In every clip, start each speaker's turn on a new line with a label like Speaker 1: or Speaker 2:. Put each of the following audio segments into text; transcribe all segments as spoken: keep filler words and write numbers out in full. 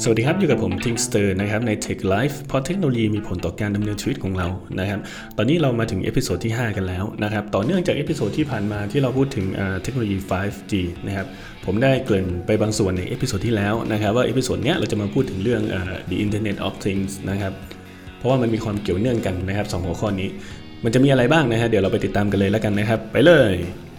Speaker 1: สวัสดีครับอยู่กับผมทิงสเตอร์นะครับใน Tech Life เพราะเทคโนโลยีมีผลต่อการดำเนินชีวิตของเรานะครับตอนนี้เรามาถึงเอพิโซดที่ห้ากันแล้วนะครับต่อเนื่องจากเอพิโซดที่ผ่านมาที่เราพูดถึงเทคโนโลยี ไฟว์จี นะครับผมได้เกริ่นไปบางส่วนในเอพิโซดที่แล้วนะครับว่าเอพิโซดเนี้ยเราจะมาพูดถึงเรื่อง The Internet of Things นะครับเพราะว่ามันมีความเกี่ยวเนื่องกันนะครับสองหัวข้อนี้มันจะมีอะไรบ้างนะฮะเดี๋ยวเราไปติดตามกันเลยแล้วกันนะครับไปเลย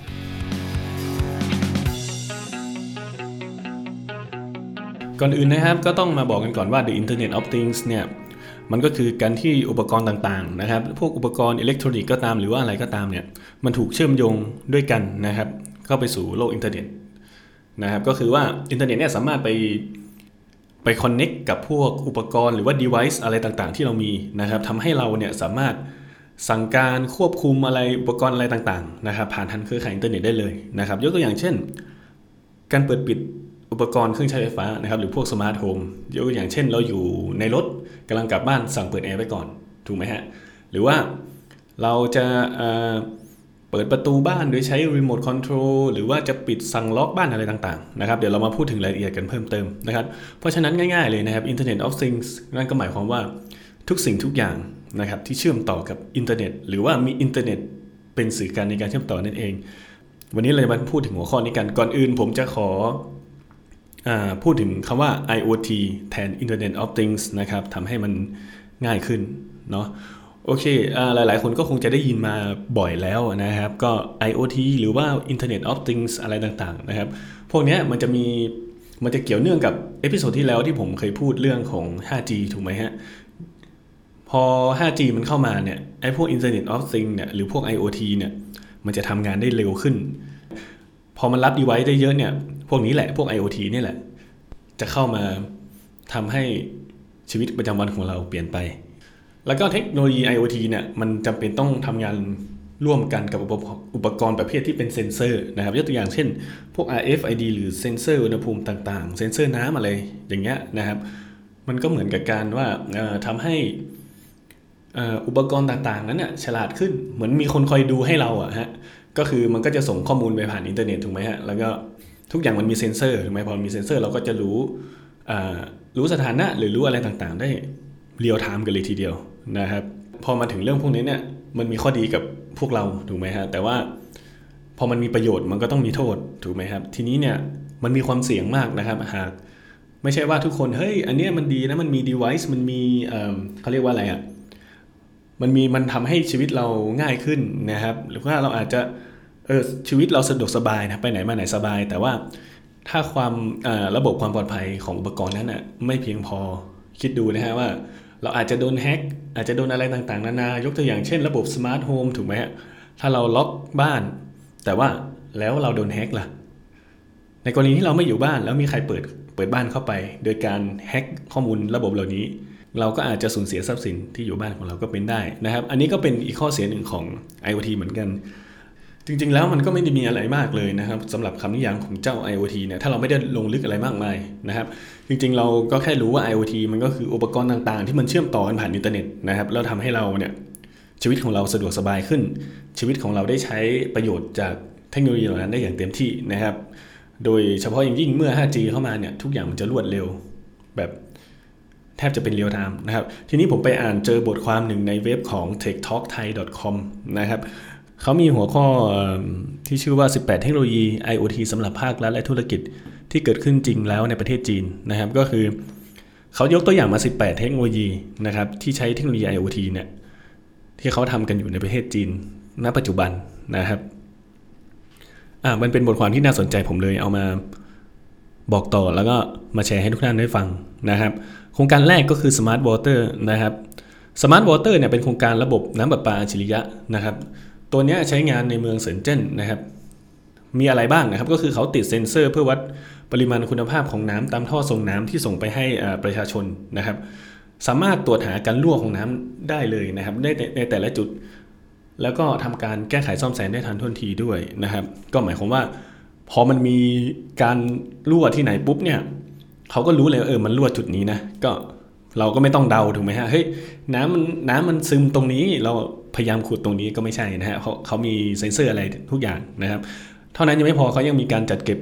Speaker 1: ก่อนอื่นนะครับก็ต้องมาบอกกันก่อนว่า The Internet of Things เนี่ยมันก็คือการที่อุปกรณ์ต่างๆนะครับพวกอุปกรณ์อิเล็กทรอนิกส์ก็ตามหรือว่าอะไรก็ตามเนี่ยมันถูกเชื่อมโยงด้วยกันนะครับเข้าไปสู่โลกอินเทอร์เน็ตนะครับก็คือว่าอินเทอร์เน็ตเนี่ยสามารถไปไปคอนเนคกับพวกอุปกรณ์หรือว่า device อะไรต่างๆที่เรามีนะครับทำให้เราเนี่ยสามารถสั่งการควบคุมอะไรอุปกรณ์อะไรต่างๆนะครับผ่านทางเครือข่ายอินเทอร์เน็ตได้เลยนะครับยกตัวอย่างเช่นการเปิดปิดอุปกรณ์เครื่องใช้ไฟฟ้านะครับหรือพวกสมาร์ทโฮมยกตัวอย่างเช่นเราอยู่ในรถกำลังกลับบ้านสั่งเปิดแอร์ไว้ก่อนถูกไหมฮะหรือว่าเราจะเอ่อเปิดประตูบ้านโดยใช้รีโมทคอนโทรลหรือว่าจะปิดสั่งล็อกบ้านอะไรต่างๆนะครับเดี๋ยวเรามาพูดถึงรายละเอียดกันเพิ่มเติมนะครับเพราะฉะนั้นง่ายๆเลยนะครับ Internet of Things นั่นก็หมายความว่าทุกสิ่งทุกอย่างนะครับที่เชื่อมต่อกับอินเทอร์เน็ตหรือว่ามีอินเทอร์เน็ตเป็นสื่อกลางในการเชื่อมต่อนั่นเองวันนี้เราจะมาพูดถึงหัวข้อนี้กันก่อนอื่นผมจะขอพูดถึงคำว่า IoT แทน Internet of Things นะครับทำให้มันง่ายขึ้นเนาะโอเคหลายๆคนก็คงจะได้ยินมาบ่อยแล้วนะครับก็ IoT หรือว่า Internet of Things อะไรต่างๆนะครับพวกนี้มันจะมีมันจะเกี่ยวเนื่องกับเอพิโซดที่แล้วที่ผมเคยพูดเรื่องของ ไฟว์จี ถูกไหมฮะพอ ไฟว์จี มันเข้ามาเนี่ยไอ้พวก Internet of Things เนี่ยหรือพวก IoT เนี่ยมันจะทำงานได้เร็วขึ้นพอมันรับ device ได้เยอะเนี่ยพวกนี้แหละพวก IoT นี่แหละจะเข้ามาทำให้ชีวิตประจำวันของเราเปลี่ยนไปแล้วก็เทคโนโลยี IoT เนี่ยมันจำเป็นต้องทำงานร่วมกันกับอุปกรณ์ประเภทที่เป็นเซ็นเซอร์นะครับยกตัวอย่างเช่นพวก อาร์ เอฟ ไอ ดี หรือเซ็นเซอร์อุณหภูมิต่างๆเซ็นเซอร์น้ำอะไรอย่างเงี้ยนะครับมันก็เหมือนกับการว่าทำให้อุปกรณ์ต่างๆนั้นน่ะฉลาดขึ้นเหมือนมีคนคอยดูให้เราอะฮะก็คือมันก็จะส่งข้อมูลไปผ่านอินเทอร์เน็ตถูกไหมฮะแล้วก็ทุกอย่างมันมีเซ็นเซอร์ถูกไหมพอมีเซ็นเซอร์เราก็จะรู้รู้สถานะหรือรู้อะไรต่างๆได้เรียลไทม์กันเลยทีเดียวนะครับพอมาถึงเรื่องพวกนี้เนี่ยมันมีข้อดีกับพวกเราถูกไหมฮะแต่ว่าพอมันมีประโยชน์มันก็ต้องมีโทษถูกไหมครับทีนี้เนี่ยมันมีความเสี่ยงมากนะครับหากไม่ใช่ว่าทุกคนเฮ้ยอันนี้มันดีนะมันมี device มันมีเอ่อเขาเรียกว่าอะไรอ่ะมันมีมันทำให้ชีวิตเราง่ายขึ้นนะครับหรือว่าเราอาจจะเออชีวิตเราสะดวกสบายนะไปไหนมาไหนสบายแต่ว่าถ้าความระบบความปลอดภัยของอุปกรณ์นั้นน่ะไม่เพียงพอคิดดูนะฮะว่าเราอาจจะโดนแฮ็กอาจจะโดนอะไรต่างๆนานายกตัวอย่างเช่นระบบสมาร์ทโฮมถูกไหมฮะถ้าเราล็อกบ้านแต่ว่าแล้วเราโดนแฮ็กล่ะในกรณีที่เราไม่อยู่บ้านแล้วมีใครเปิดเปิดบ้านเข้าไปโดยการแฮ็กข้อมูลระบบเหล่านี้เราก็อาจจะสูญเสียทรัพย์สินที่อยู่บ้านของเราก็เป็นได้นะครับอันนี้ก็เป็นอีกข้อเสียหนึ่งของ IoT เหมือนกันจริงๆแล้วมันก็ไม่ได้มีอะไรมากเลยนะครับสำหรับคำนิยามของเจ้า IoT เนี่ยถ้าเราไม่ได้ลงลึกอะไรมากมายนะครับจริงๆเราก็แค่รู้ว่า IoT มันก็คืออุปกรณ์ต่างๆที่มันเชื่อมต่อกันผ่านอินเทอร์เน็ตนะครับแล้วทำให้เราเนี่ยชีวิตของเราสะดวกสบายขึ้นชีวิตของเราได้ใช้ประโยชน์จากเทคโนโลยีเหล่านั้นได้อย่างเต็มที่นะครับโดยเฉพาะอย่างยิ่งเมื่อ ไฟว์จี เข้ามาเนี่ยทุกอย่างมันจะรวดเร็วแบบแทบจะเป็นเรียลไทม์นะครับทีนี้ผมไปอ่านเจอบทความหนึ่งในเว็บของ เทค ทอล์ก ไทย ดอท คอม นะครับเขามีหัวข้อที่ชื่อว่าสิบแปดเทคโนโลยี IoT สำหรับภาครัฐและธุรกิจที่เกิดขึ้นจริงแล้วในประเทศจีนนะครับก็คือเขายกตัวอย่างมาสิบแปดเทคโนโลยีนะครับที่ใช้เทคโนโลยี IoT เนี่ยที่เขาทำกันอยู่ในประเทศจีนณปัจจุบันนะครับอ่ามันเป็นบทความที่น่าสนใจผมเลยเอามาบอกต่อแล้วก็มาแชร์ให้ทุกท่านได้ฟังนะครับโครงการแรกก็คือ Smart Water นะครับ Smart Water เนี่ยเป็นโครงการระบบน้ำประปาอัจฉริยะนะครับตัวนี้ใช้งานในเมืองเซินเจิ้นนะครับมีอะไรบ้างนะครับก็คือเขาติดเซ็นเซอร์เพื่อวัดปริมาณคุณภาพของน้ำตามท่อส่งน้ำที่ส่งไปให้ประชาชนนะครับสามารถตรวจหาการรั่วของน้ำได้เลยนะครับได้ในแต่ละจุดแล้วก็ทำการแก้ไขซ่อมแซมได้ทันท่วงทีด้วยนะครับก็หมายความว่าพอมันมีการรั่วที่ไหนปุ๊บเนี่ยเขาก็รู้เลยเออมันรั่วจุดนี้นะก็เราก็ไม่ต้องเดาถูกไหมฮะเฮ้ยน้ำมันน้ำมันซึมตรงนี้เราพยายามขุดตรงนี้ก็ไม่ใช่นะฮะเขาเขามีเซ็นเซอร์อะไรทุกอย่างนะครับเท่านั้นยังไม่พอเขายังมีการจัดเก็บ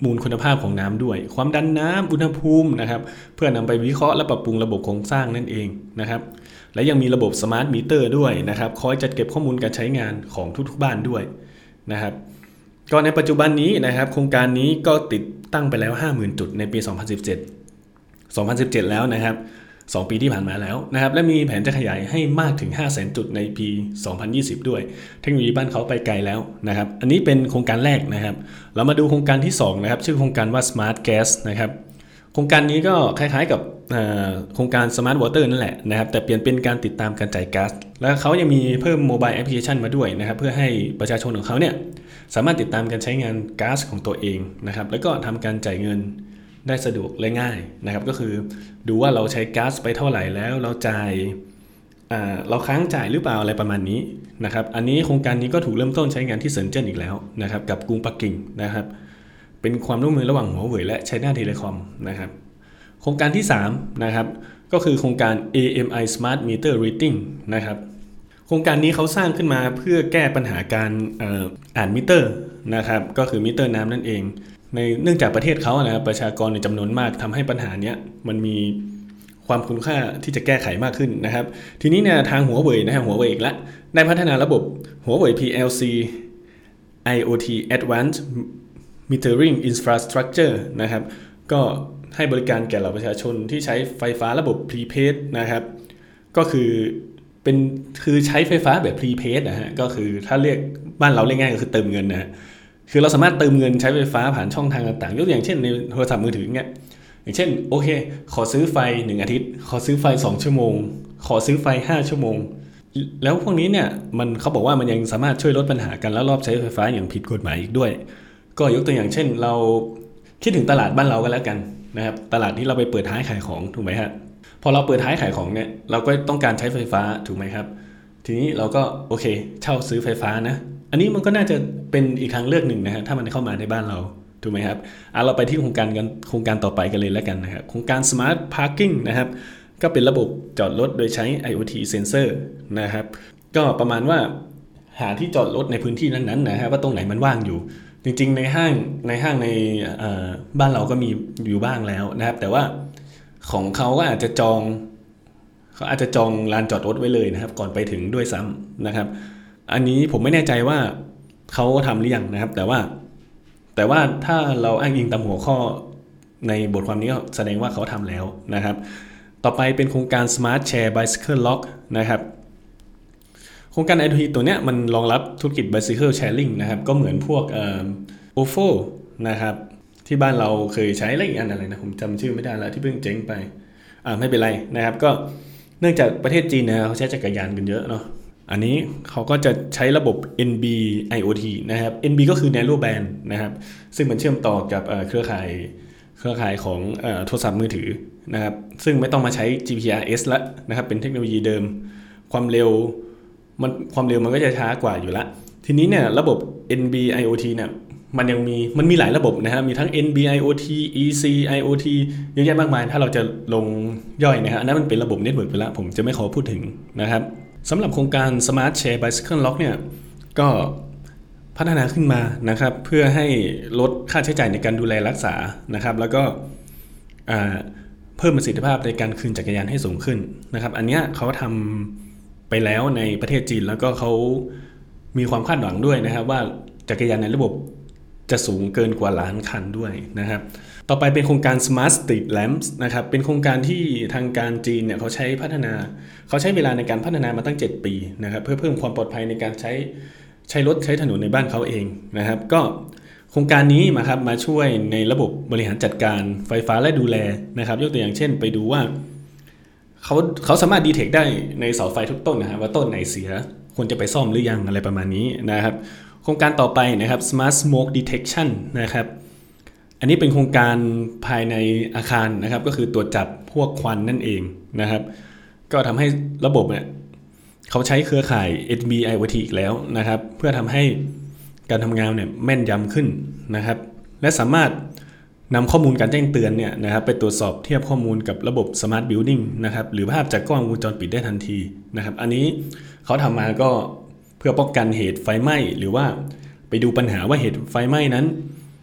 Speaker 1: มูลคุณภาพของน้ำด้วยความดันน้ำอุณหภูมินะครับเพื่อนำไปวิเคราะห์และปรับปรุงระบบโครงสร้างนั่นเองนะครับและยังมีระบบสมาร์ทมิเตอร์ด้วยนะครับคอยจัดเก็บข้อมูลการใช้งานของทุกๆบ้านด้วยนะครับก็ในปัจจุบันนี้นะครับโครงการนี้ก็ติดตั้งไปแล้ว ห้าหมื่น จุดในปี สองพันสิบเจ็ด สองพันสิบเจ็ด แล้วนะครับสองปีที่ผ่านมาแล้วนะครับและมีแผนจะขยายให้มากถึง ห้าแสน จุดในปี สองพันยี่สิบ ด้วยเทคโนโลยีบ้านเขาไปไกลแล้วนะครับอันนี้เป็นโครงการแรกนะครับเรามาดูโครงการที่สองนะครับชื่อโครงการว่า Smart Gas นะครับโครงการนี้ก็คล้ายๆกับโครงการ Smart Water นั่นแหละนะครับแต่เปลี่ยนเป็นการติดตามการจ่ายก๊าซแล้วเขายังมีเพิ่มโมบายแอปพลิเคชันมาด้วยนะครับเพื่อให้ประชาชนของเขาเนี่ยสามารถติดตามการใช้งานก๊าซของตัวเองนะครับแล้วก็ทำการจ่ายเงินได้สะดวกและง่ายนะครับก็คือดูว่าเราใช้ก๊าซไปเท่าไหร่แล้วเราจ่ายเราค้างจ่ายหรือเปล่าอะไรประมาณนี้นะครับอันนี้โครงการนี้ก็ถูกเริ่มต้นใช้งานที่เซินเจิ้นอีกแล้วนะครับกับกรุงปักกิ่งนะครับเป็นความร่วมมือระหว่างหัวเว่ยและ China Telecom นะครับโครงการที่สามนะครับก็คือโครงการ เอ เอ็ม ไอ Smart Meter Reading นะครับโครงการนี้เขาสร้างขึ้นมาเพื่อแก้ปัญหาการอ่านมิเตอร์นะครับก็คือมิเตอร์น้ำนั่นเองในเนื่องจากประเทศเขานะครับประชากรในจำนวนมากทำให้ปัญหานี้มันมีความคุณค่าที่จะแก้ไขมากขึ้นนะครับทีนี้เนี่ยทางหัวเว่ยนะฮะหัวเว่ยอีกแล้วได้พัฒนาระบบหัวเว่ย พี แอล ซี ไอ โอ ที Advanced Metering Infrastructure นะครับก็ให้บริการแก่เหล่าประชาชนที่ใช้ไฟฟ้าระบบ Prepaid นะครับก็คือเป็นคือใช้ไฟฟ้าแบบ Prepaid นะฮะก็คือถ้าเรียกบ้านเราเรียกง่ายก็คือเติมเงินนะฮะคือเราสามารถเติมเงินใช้ไฟฟ้าผ่านช่องทางต่างๆยกตัวอย่างเช่นในโทรศัพท์มือถือเงี้ยอย่างเช่นโอเคขอซื้อไฟหนึ่งอาทิตย์ขอซื้อไฟสองชั่วโมงขอซื้อไฟห้าชั่วโมงแล้วพวกนี้เนี่ยมันเขาบอกว่ามันยังสามารถช่วยลดปัญหาการลักลอบใช้ไฟฟ้าอย่างผิดกฎหมายอีกด้วยก็ยกตัวอย่างเช่นเราคิดถึงตลาดบ้านเราก็แล้วกันนะครับตลาดที่เราไปเปิดท้ายขายของถูกไหมฮะพอเราเปิดท้ายขายของเนี่ยเราก็ต้องการใช้ไฟฟ้าถูกไหมครับทีนี้เราก็โอเคเช่าซื้อไฟฟ้านะอันนี้มันก็น่าจะเป็นอีกทางเลือกหนึ่งนะฮะถ้ามันเข้ามาในบ้านเราถูกไหมครับอ่ะเราไปที่โครงการกันโครงการต่อไปกันเลยแล้วกันนะครับโครงการ Smart Parking นะครับก็เป็นระบบจอดรถโดยใช้ ไอ โอ ที Sensor นะครับก็ประมาณว่าหาที่จอดรถในพื้นที่นั้นๆนะฮะว่าตรงไหนมันว่างอยู่จริงๆในห้างในห้างในบ้านเราก็มีอยู่บ้างแล้วนะครับแต่ว่าของเขาก็อาจจะจองเขาอาจจะจองลานจอดรถไว้เลยนะครับก่อนไปถึงด้วยซ้ำนะครับอันนี้ผมไม่แน่ใจว่าเขาทำหรือยังนะครับแต่ว่าแต่ว่าถ้าเราอ้างอิงตามหัวข้อในบทความนี้แสดงว่าเขาทำแล้วนะครับต่อไปเป็นโครงการ Smart Share Bicycle Lock นะครับโครงการ ไอ โอ ที ตัวเนี้ยมันรองรับธุรกิจ Bicycle Sharing นะครับก็เหมือนพวกเอ่อ โอ โฟ นะครับที่บ้านเราเคยใช้อะไรอีกอันอะไรนะผมจำชื่อไม่ได้แล้วที่เพิ่งเจ๊งไปอ่าไม่เป็นไรนะครับก็เนื่องจากประเทศจีนนะเขาใช้จักรยานกันเยอะเนาะอันนี้เขาก็จะใช้ระบบ เอ็น บี ไอ โอ ที นะครับ เอ็น บี ก็คือ Narrowband นะครับซึ่งมันเชื่อมต่อกับเครือข่ายเครือข่ายของโทรศัพท์มือถือนะครับซึ่งไม่ต้องมาใช้ จี พี อาร์ เอส ละนะครับเป็นเทคโนโลยีเดิมความเร็วมันความเร็วมันก็จะช้ากว่าอยู่ละทีนี้เนี่ยระบบ เอ็น บี ไอ โอ ที เนี่ยมันยังมีมันมีหลายระบบนะฮะมีทั้ง เอ็น บี ไอ โอ ที อี ซี ไอ โอ ที เยอะแยะมากมายถ้าเราจะลงย่อยนะฮะอันนั้นมันเป็นระบบเน็ตเวิร์กไปแล้วผมจะไม่ขอพูดถึงนะครับสำหรับโครงการ Smart Share Bicycle Lock เนี่ยก็พัฒนาขึ้นมานะครับเพื่อให้ลดค่าใช้จ่ายในการดูแลรักษานะครับแล้วก็เพิ่มประสิทธิภาพในการคืนจักรยานให้สูงขึ้นนะครับอันนี้เขาทำไปแล้วในประเทศจีนแล้วก็เขามีความคาดหวังด้วยนะครับว่าจักรยานในระบบจะสูงเกินกว่าล้านคันด้วยนะครับต่อไปเป็นโครงการ Smart Street Lamps นะครับเป็นโครงการที่ทางการจีนเนี่ยเขาใช้พัฒนาเขาใช้เวลาในการพัฒนามาตั้งเจ็ดปีนะครับเพื่อเพิ่มความปลอดภัยในการใช้ใช้รถใช้ถนนในบ้านเขาเองนะครับก็โครงการนี้มาครับมาช่วยในระบบบริหารจัดการไฟฟ้าและดูแลนะครับยกตัวอย่างเช่นไปดูว่าเขาเขาสามารถดีเทคได้ในเสาไฟทุกต้นนะฮะว่าต้นไหนเสียควรจะไปซ่อมหรือยังอะไรประมาณนี้นะครับโครงการต่อไปนะครับ Smart Smoke Detection นะครับอันนี้เป็นโครงการภายในอาคารนะครับก็คือตรวจจับพวกควันนั่นเองนะครับก็ทำให้ระบบเนี่ยเขาใช้เครือข่าย เอ็น บี ไอ โอ ที อีกแล้วนะครับเพื่อทำให้การทำงานเนี่ยแม่นยำขึ้นนะครับและสามารถนำข้อมูลการแจ้งเตือนเนี่ยนะครับไปตรวจสอบเทียบข้อมูลกับระบบ Smart Building นะครับหรือภาพจากกล้องวงจรปิดได้ทันทีนะครับอันนี้เขาทำมาก็เพื่อป้องกันเหตุไฟไหม้หรือว่าไปดูปัญหาว่าเหตุไฟไหม้นั้น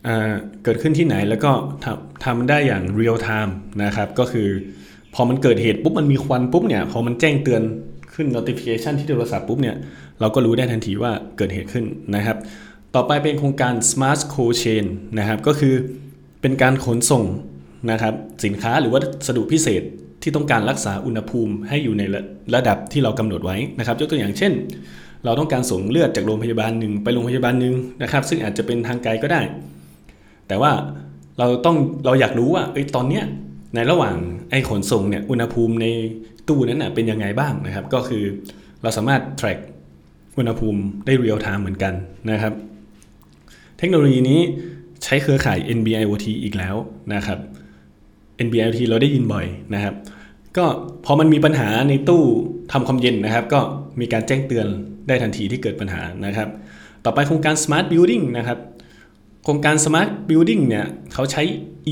Speaker 1: เกิดขึ้นที่ไหนแล้วก็ทำทำได้อย่าง real time นะครับก็คือพอมันเกิดเหตุปุ๊บมันมีควันปุ๊บเนี่ยพอมันแจ้งเตือนขึ้น notification ที่โทรศัพท์ปุ๊บเนี่ยเราก็รู้ได้ทันทีว่าเกิดเหตุขึ้นนะครับต่อไปเป็นโครงการ smart cold chain นะครับก็คือเป็นการขนส่งนะครับสินค้าหรือว่าวัสดุพิเศษที่ต้องการรักษาอุณหภูมิให้อยู่ในระดับที่เรากำหนดไว้นะครับยกตัวอย่างเช่นเราต้องการส่งเลือดจากโรงพยาบาลหนึ่งไปโรงพยาบาลหนึ่งนะครับซึ่งอาจจะเป็นทางไกลก็ได้แต่ว่าเราต้องเราอยากรู้ว่าไอ้ตอนเนี้ยในระหว่างไอ้ขนส่งเนี่ยอุณหภูมิในตู้นั้นน่ะเป็นยังไงบ้างนะครับก็คือเราสามารถ track อุณหภูมิได้ real time เหมือนกันนะครับเทคโนโลยีนี้ใช้เครือข่าย เอ็น บี ไอ โอ ที อีกแล้วนะครับ เอ็น บี ไอ โอ ที เราได้ยินบ่อยนะครับก็พอมันมีปัญหาในตู้ทำความเย็นนะครับก็มีการแจ้งเตือนได้ทันทีที่เกิดปัญหานะครับต่อไปโครงการ Smart Building นะครับโครงการ Smart Building เนี่ยเขาใช้ อี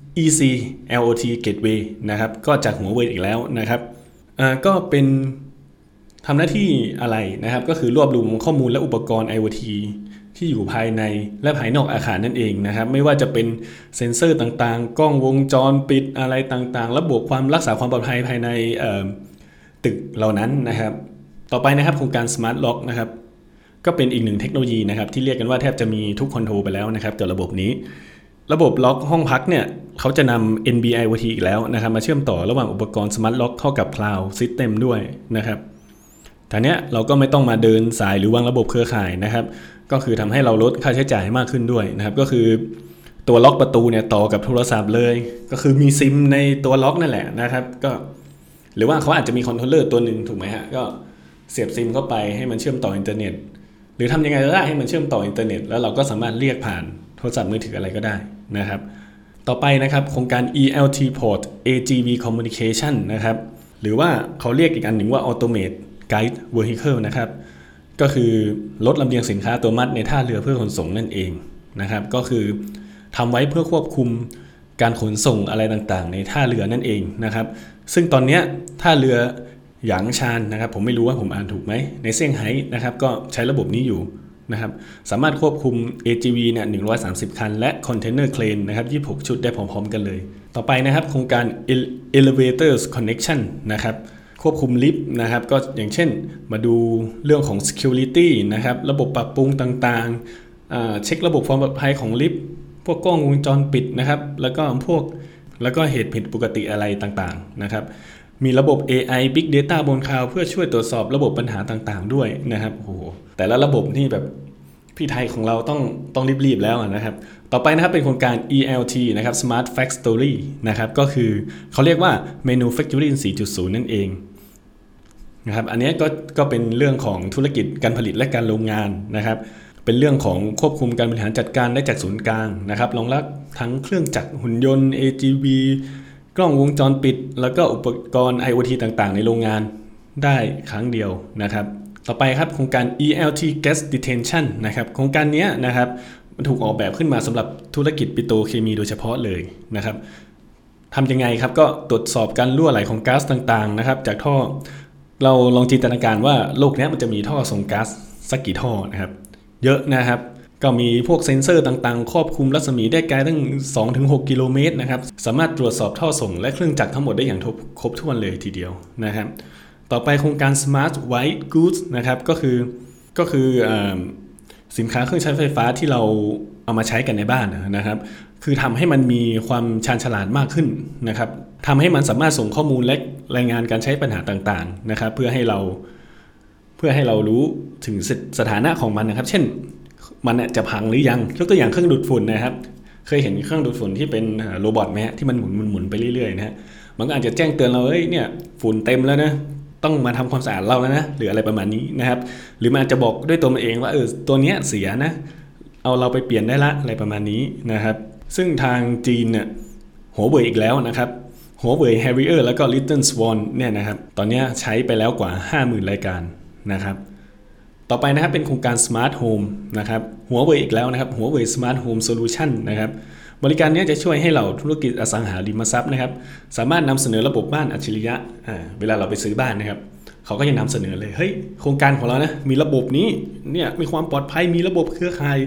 Speaker 1: ซี แอล โอ ที Gateway นะครับก็จากหัวเว่ยอีกแล้วนะครับอ่าก็เป็นทำหน้าที่อะไรนะครับก็คือรวบรวมข้อมูลและอุปกรณ์ IoT ที่อยู่ภายในและภายนอกอาคารนั่นเองนะครับไม่ว่าจะเป็นเซ็นเซอร์ต่างๆกล้องวงจรปิดอะไรต่างๆระบบความรักษาความปลอดภัยภายในตึกเหล่านั้นนะครับต่อไปนะครับโครงการ Smart Lock นะครับก็เป็นอีกหนึ่งเทคโนโลยีนะครับที่เรียกกันว่าแทบจะมีทุกคอนโทรลไปแล้วนะครับกับระบบนี้ระบบล็อกห้องพักเนี่ยเขาจะนำ เอ็น บี ไอ โอ ที อีกแล้วนะครับมาเชื่อมต่อระหว่างอุปกรณ์ Smart Lock เข้ากับ Cloud System ด้วยนะครับทีนี้เราก็ไม่ต้องมาเดินสายหรือวางระบบเครือข่ายนะครับก็คือทำให้เราลดค่าใช้จ่ายมากขึ้นด้วยนะครับก็คือตัวล็อกประตูเนี่ยต่อกับโทรศัพท์เลยก็คือมีซิมในตัวล็อกนั่นแหละนะครับก็หรือว่าเขาอาจจะมีคอนโทรลเลอร์ตัวหนึ่งถูกไหมฮะก็เสียบซิมเข้าไปให้มันเชื่อมต่ออินเทอร์เน็ตหรือทำยังไงก็ได้ให้มันเชื่อมต่ออินเทอร์เน็ตแล้วเราก็สามารถเรียกผ่านโทรศัพท์มือถืออะไรก็ได้นะครับต่อไปนะครับโครงการ อี แอล ที Port เอ จี วี Communication นะครับหรือว่าเขาเรียกอีกอันหนึ่งว่า Automate Guide Vehicle นะครับก็คือรถลำเลียงสินค้าตัวมัดในท่าเรือเพื่อขนส่งนั่นเองนะครับก็คือทำไว้เพื่อควบคุมการขนส่งอะไรต่างๆในท่าเรือนั่นเองนะครับซึ่งตอนนี้ท่าเรือหยางชานนะครับผมไม่รู้ว่าผมอ่านถูกไหมในเซี่ยงไฮ้นะครับก็ใช้ระบบนี้อยู่นะครับสามารถควบคุม เอ จี วี เนี่ยหนึ่งร้อยสามสิบคันและ Container Crane นะครับยี่สิบหกชุดได้พร้อมๆกันเลยต่อไปนะครับโครงการ Elevators Connection นะครับควบคุมลิฟต์นะครับก็อย่างเช่นมาดูเรื่องของ security นะครับระบบปรับปรุงต่างๆเช็คระบบความปลอดภัยของลิฟต์พวกกล้องวงจรปิดนะครับแล้วก็พวกแล้วก็เหตุผิดปกติอะไรต่างๆนะครับมีระบบ เอ ไอ Big Data บนคลาวด์เพื่อช่วยตรวจสอบระบบปัญหาต่างๆด้วยนะครับโอ้โหแต่ละระบบนี่แบบพี่ไทยของเราต้องต้องรีบๆแล้วนะครับต่อไปนะครับเป็นโครงการ อี แอล ที นะครับ Smart Factory นะครับก็คือเขาเรียกว่า Manufacturing สี่จุดศูนย์ นั่นเองนะครับอันนี้ก็ก็เป็นเรื่องของธุรกิจการผลิตและการโรงงานนะครับเป็นเรื่องของควบคุมการบริหารจัดการได้จากศูนย์กลางนะครับรองรับทั้งเครื่องจักรหุ่นยนต์ เอ จี วี กล้องวงจรปิดแล้วก็อุปกรณ์ IoT ต่างๆในโรงงานได้ครั้งเดียวนะครับต่อไปครับโครงการ อี แอล ที Gas Detention นะครับโครงการนี้นะครับมันถูกออกแบบขึ้นมาสำหรับธุรกิจปิโตรเคมีโดยเฉพาะเลยนะครับทำยังไงครับก็ตรวจสอบการรั่วไหลของก๊าซต่างๆนะครับจากท่อเราลองจินตนาการว่าโลกนี้มันจะมีท่อส่งก๊าซสักกี่ท่อนะครับเยอะนะครับก็มีพวกเซ็นเซอร์ต่างๆครอบคลุมรัศมีได้ไกลตั้ง สองถึงหก กิโลเมตรนะครับสามารถตรวจสอบท่อส่งและเครื่องจักรทั้งหมดได้อย่างครบถ้วนเลยทีเดียวนะครับต่อไปโครงการ Smart White Goods นะครับก็คือก็คือสินค้าเครื่องใช้ไฟฟ้าที่เราเอามาใช้กันในบ้านนะครับคือทำให้มันมีความชาญฉลาดมากขึ้นนะครับทำให้มันสามารถส่งข้อมูลและรายงานการใช้ปัญหาต่างๆนะครับเพื่อให้เราเพื่อให้เรารู้ถึงสถานะของมันนะครับเช่นมันจะพังหรือยังยกตัวอย่างเครื่องดูดฝุ่นนะครับเคยเห็นเครื่องดูดฝุ่นที่เป็นโรบอทไหมฮะที่มันหมุนหมุนไปเรื่อยๆนะฮะมันก็อาจจะแจ้งเตือนเราเอ้ยเนี่ยฝุ่นเต็มแล้วนะต้องมาทำความสะอาดเราแล้วนะหรืออะไรประมาณนี้นะครับหรือมันอาจจะบอกด้วยตัวมันเองว่าเออตัวเนี้ยเสียนะเอาเราไปเปลี่ยนได้ละอะไรประมาณนี้นะครับซึ่งทางจีนเนี่ยหัวเว่ยอีกแล้วนะครับหัวเว่ย Harrier แล้วก็ Little Swan เนี่ยนะครับตอนนี้ใช้ไปแล้วกว่า ห้าหมื่น รายการนะครับต่อไปนะครับเป็นโครงการ Smart Home นะครับหัวเว่ยอีกแล้วนะครับหัวเว่ย Smart Home Solution นะครับบริการนี้จะช่วยให้เราธุรกิจอสังหาริมทรัพย์นะครับสามารถนำเสนอระบบบ้านอัจฉริยะอ่าเวลาเราไปซื้อบ้านนะครับเขาก็จะนำเสนอเลยเฮ้ยโครงการของเรานะมีระบบนี้เนี่ยมีความปลอดภัยมีระบบเครือข่าย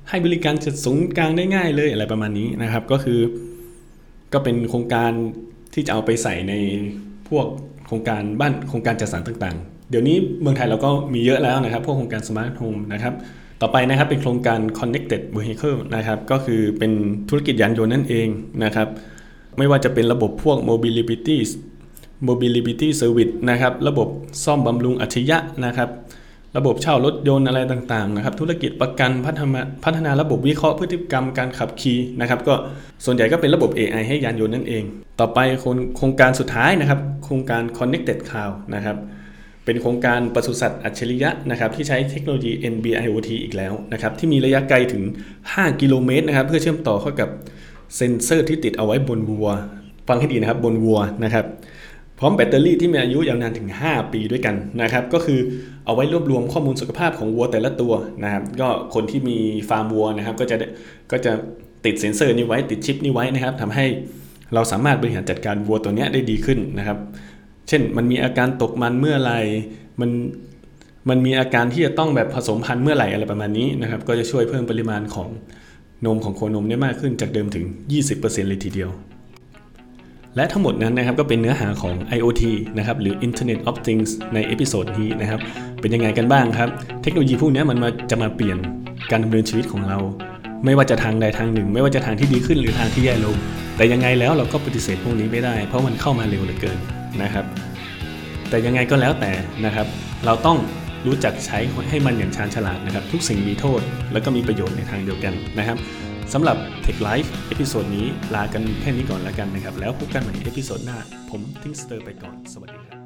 Speaker 1: ให้บริการจากศูนย์กลางได้ง่ายเลยอะไรประมาณนี้นะครับก็คือก็เป็นโครงการที่จะเอาไปใส่ในพวกโครงการบ้านโครงการจัดสรรต่างๆเดี๋ยวนี้เมืองไทยเราก็มีเยอะแล้วนะครับพวกโครงการ Smart Home นะครับต่อไปนะครับเป็นโครงการ Connected Vehicle นะครับก็คือเป็นธุรกิจยานยนต์นั่นเองนะครับไม่ว่าจะเป็นระบบพวก Mobility Mobility Service นะครับระบบซ่อมบำรุงอัจฉริยะนะครับระบบเช่ารถยนต์อะไรต่างๆนะครับธุรกิจประกันพัฒนาพัฒนาระบบวิเคราะห์พฤติกรรมการขับขี่นะครับก็ส่วนใหญ่ก็เป็นระบบ เอ ไอ ให้ยานยนต์นั่นเองต่อไปโครงการสุดท้ายนะครับโครงการ Connected Cloud นะครับเป็นโครงการปศุสัตว์อัจฉริยะนะครับที่ใช้เทคโนโลยี เอ็น บี ไอ โอ ที อีกแล้วนะครับที่มีระยะไกลถึงห้ากิโลเมตรนะครับเพื่อเชื่อมต่อเข้ากับเซ็นเซอร์ที่ติดเอาไว้บนวัวฟังให้ดีนะครับบนวัวนะครับพร้อมแบตเตอรี่ที่มีอายุยาวนานถึงห้าปีด้วยกันนะครับก็คือเอาไว้รวบรวมข้อมูลสุขภาพของวัวแต่ละตัวนะครับก็คนที่มีฟาร์มวัวนะครับก็จะก็จะติดเซ็นเซอร์นี้ไว้ติดชิปนี้ไว้นะครับทำให้เราสามารถบริหารจัดการวัวตัวนี้ได้ดีขึ้นนะครับเช่นมันมีอาการตกมันเมื่อไหร่มันมันมีอาการที่จะต้องแบบผสมพันธุ์เมื่อไหร่อะไรประมาณนี้นะครับก็จะช่วยเพิ่มปริมาณของนมของโคนมได้มากขึ้นจากเดิมถึง ยี่สิบเปอร์เซ็นต์ เลยทีเดียวและทั้งหมดนั้นนะครับก็เป็นเนื้อหาของ ไอ โอ ที นะครับหรือ Internet of Things ในเอพิโซดนี้นะครับเป็นยังไงกันบ้างครับเทคโนโลยีพวกนี้มันมาจะมาเปลี่ยนการดำเนินชีวิตของเราไม่ว่าจะทางใดทางหนึ่งไม่ว่าจะทางที่ดีขึ้นหรือทางที่แย่ลงแต่ยังไงแล้วเราก็ปฏิเสธพวกนี้ไม่ได้เพราะมันเข้ามาเร็วเหลือเกินนะครับแต่ยังไงก็แล้วแต่นะครับเราต้องรู้จักใช้ให้มันอย่างชาญฉลาดนะครับทุกสิ่งมีโทษแล้วก็มีประโยชน์ในทางเดียวกันนะครับสำหรับ Tech Life เอพิโซดนี้ลากันแค่นี้ก่อนแล้วกันนะครับแล้วพบกันใหม่ในเอพิโซดหน้าผมทิงสเตอร์ไปก่อนสวัสดีครับ